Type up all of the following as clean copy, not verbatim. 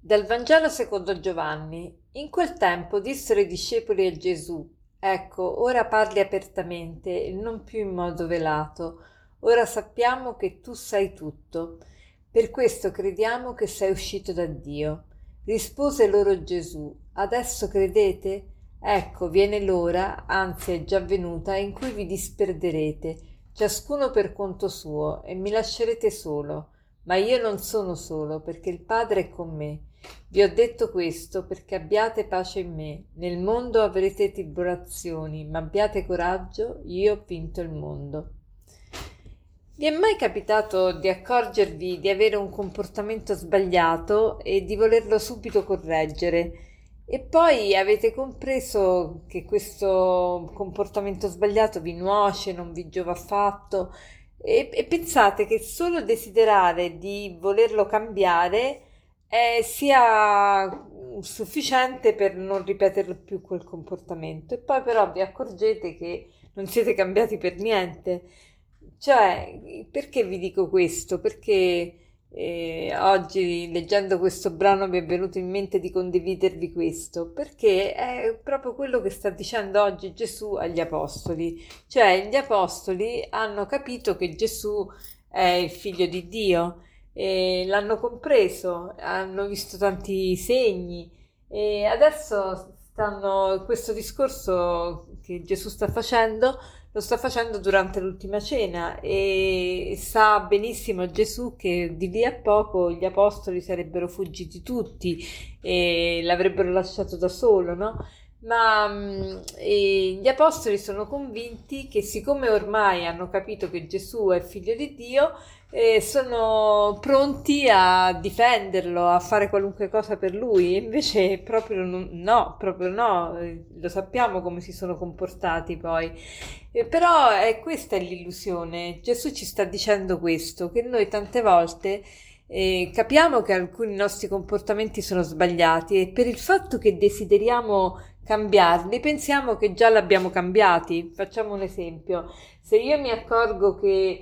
Dal Vangelo secondo Giovanni. In quel tempo dissero i discepoli a Gesù: Ecco, ora parli apertamente e non più in modo velato. Ora sappiamo che tu sai tutto. Per questo crediamo che sei uscito da Dio. Rispose loro Gesù: Adesso credete? Ecco, viene l'ora, anzi è già venuta, in cui vi disperderete, ciascuno per conto suo, e mi lascerete solo. Ma io non sono solo, perché il Padre è con me. Vi ho detto questo perché abbiate pace in me. Nel mondo avrete tribolazioni, ma abbiate coraggio, io ho vinto il mondo. Vi è mai capitato di accorgervi di avere un comportamento sbagliato e di volerlo subito correggere? E poi avete compreso che questo comportamento sbagliato vi nuoce, non vi giova affatto e pensate che solo desiderare di volerlo cambiare sia sufficiente per non ripetere più quel comportamento, e poi però vi accorgete che non siete cambiati per niente. Cioè, perché vi dico questo? Perché oggi leggendo questo brano mi è venuto in mente di condividervi questo, perché è proprio quello che sta dicendo oggi Gesù agli apostoli. Cioè, gli apostoli hanno capito che Gesù è il figlio di Dio e l'hanno compreso, hanno visto tanti segni e adesso questo discorso che Gesù sta facendo lo sta facendo durante l'ultima cena e sa benissimo Gesù che di lì a poco gli apostoli sarebbero fuggiti tutti e l'avrebbero lasciato da solo, no? Ma gli apostoli sono convinti che siccome ormai hanno capito che Gesù è figlio di Dio, sono pronti a difenderlo, a fare qualunque cosa per lui. E invece proprio no, lo sappiamo come si sono comportati poi. Però questa è l'illusione. Gesù ci sta dicendo questo, che noi tante volte capiamo che alcuni nostri comportamenti sono sbagliati e per il fatto che desideriamo cambiarli pensiamo che già l'abbiamo cambiati. Facciamo un esempio: se io mi accorgo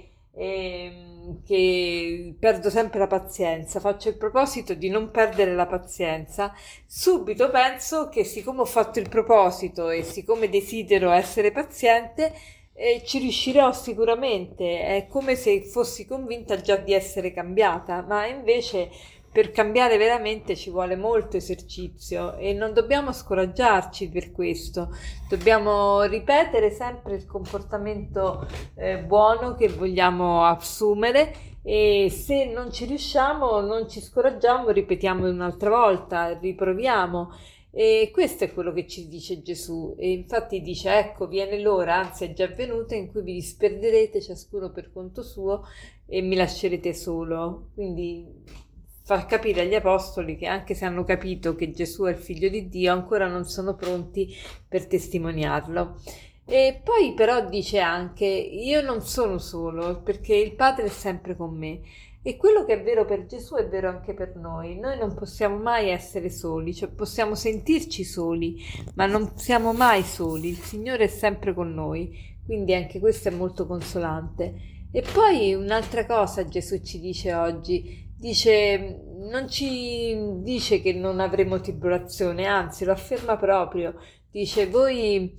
che perdo sempre la pazienza, faccio il proposito di non perdere la pazienza, subito penso che siccome ho fatto il proposito e siccome desidero essere paziente, ci riuscirò sicuramente. È come se fossi convinta già di essere cambiata, ma invece per cambiare veramente ci vuole molto esercizio e non dobbiamo scoraggiarci per questo. Dobbiamo ripetere sempre il comportamento buono che vogliamo assumere, e se non ci riusciamo non ci scoraggiamo, ripetiamo un'altra volta, riproviamo. E questo è quello che ci dice Gesù, e infatti dice: ecco, viene l'ora, anzi è già venuta, in cui vi disperderete ciascuno per conto suo e mi lascerete solo. Quindi fa capire agli apostoli che anche se hanno capito che Gesù è il figlio di Dio, ancora non sono pronti per testimoniarlo. E poi però dice anche: io non sono solo, perché il Padre è sempre con me. E quello che è vero per Gesù è vero anche per noi. Noi non possiamo mai essere soli, cioè possiamo sentirci soli, ma non siamo mai soli. Il Signore è sempre con noi, quindi anche questo è molto consolante. E poi un'altra cosa Gesù ci dice oggi: non ci dice che non avremo tribolazione, anzi lo afferma proprio. Dice: voi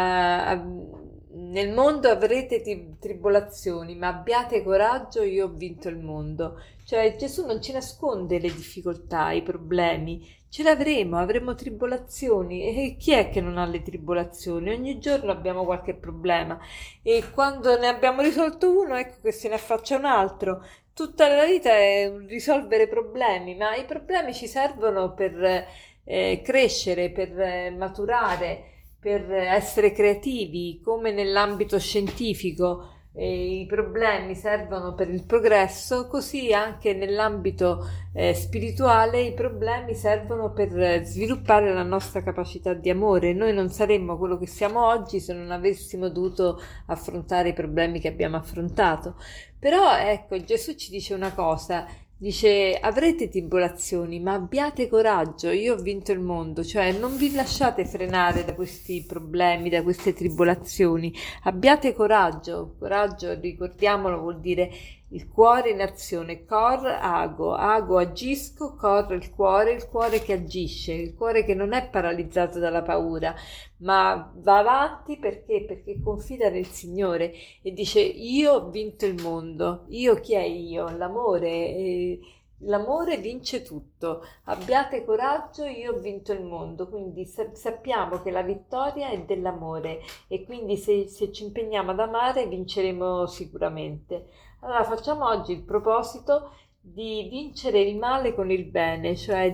nel mondo avrete tribolazioni, ma abbiate coraggio, io ho vinto il mondo. Cioè Gesù non ci nasconde le difficoltà, i problemi, ce l'avremo, avremo tribolazioni. E chi è che non ha le tribolazioni? Ogni giorno abbiamo qualche problema e quando ne abbiamo risolto uno, ecco che se ne affaccia un altro. Tutta la vita è risolvere problemi, ma i problemi ci servono per crescere, per maturare, per essere creativi, come nell'ambito scientifico. I problemi servono per il progresso, così anche nell'ambito spirituale i problemi servono per sviluppare la nostra capacità di amore. Noi non saremmo quello che siamo oggi se non avessimo dovuto affrontare i problemi che abbiamo affrontato. Però ecco, Gesù ci dice una cosa: dice: avrete tribolazioni, ma abbiate coraggio, io ho vinto il mondo. Cioè non vi lasciate frenare da questi problemi, da queste tribolazioni, abbiate coraggio. Coraggio, ricordiamolo, vuol dire il cuore in azione, cor, ago agisco, cor il cuore che agisce, il cuore che non è paralizzato dalla paura, ma va avanti perché confida nel Signore e dice io ho vinto il mondo. Io chi è io? L'amore. L'amore vince tutto, abbiate coraggio, io ho vinto il mondo, quindi sappiamo che la vittoria è dell'amore e quindi se ci impegniamo ad amare vinceremo sicuramente. Allora facciamo oggi il proposito di vincere il male con il bene, cioè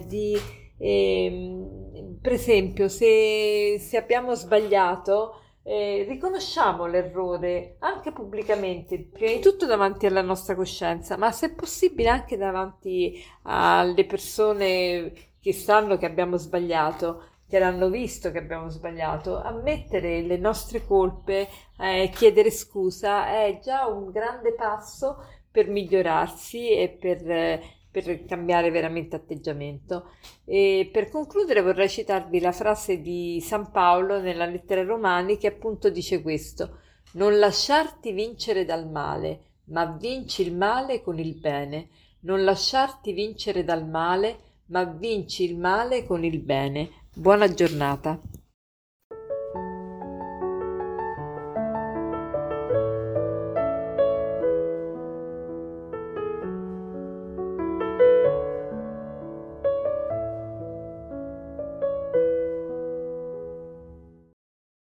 per esempio, se abbiamo sbagliato, riconosciamo l'errore anche pubblicamente, prima di tutto davanti alla nostra coscienza, ma se possibile anche davanti alle persone che sanno che abbiamo sbagliato, che l'hanno visto che abbiamo sbagliato. Ammettere le nostre colpe, chiedere scusa è già un grande passo per migliorarsi e per cambiare veramente atteggiamento. E per concludere vorrei citarvi la frase di San Paolo nella lettera ai Romani che appunto dice questo: non lasciarti vincere dal male, ma vinci il male con il bene. Non lasciarti vincere dal male, ma vinci il male con il bene. Buona giornata.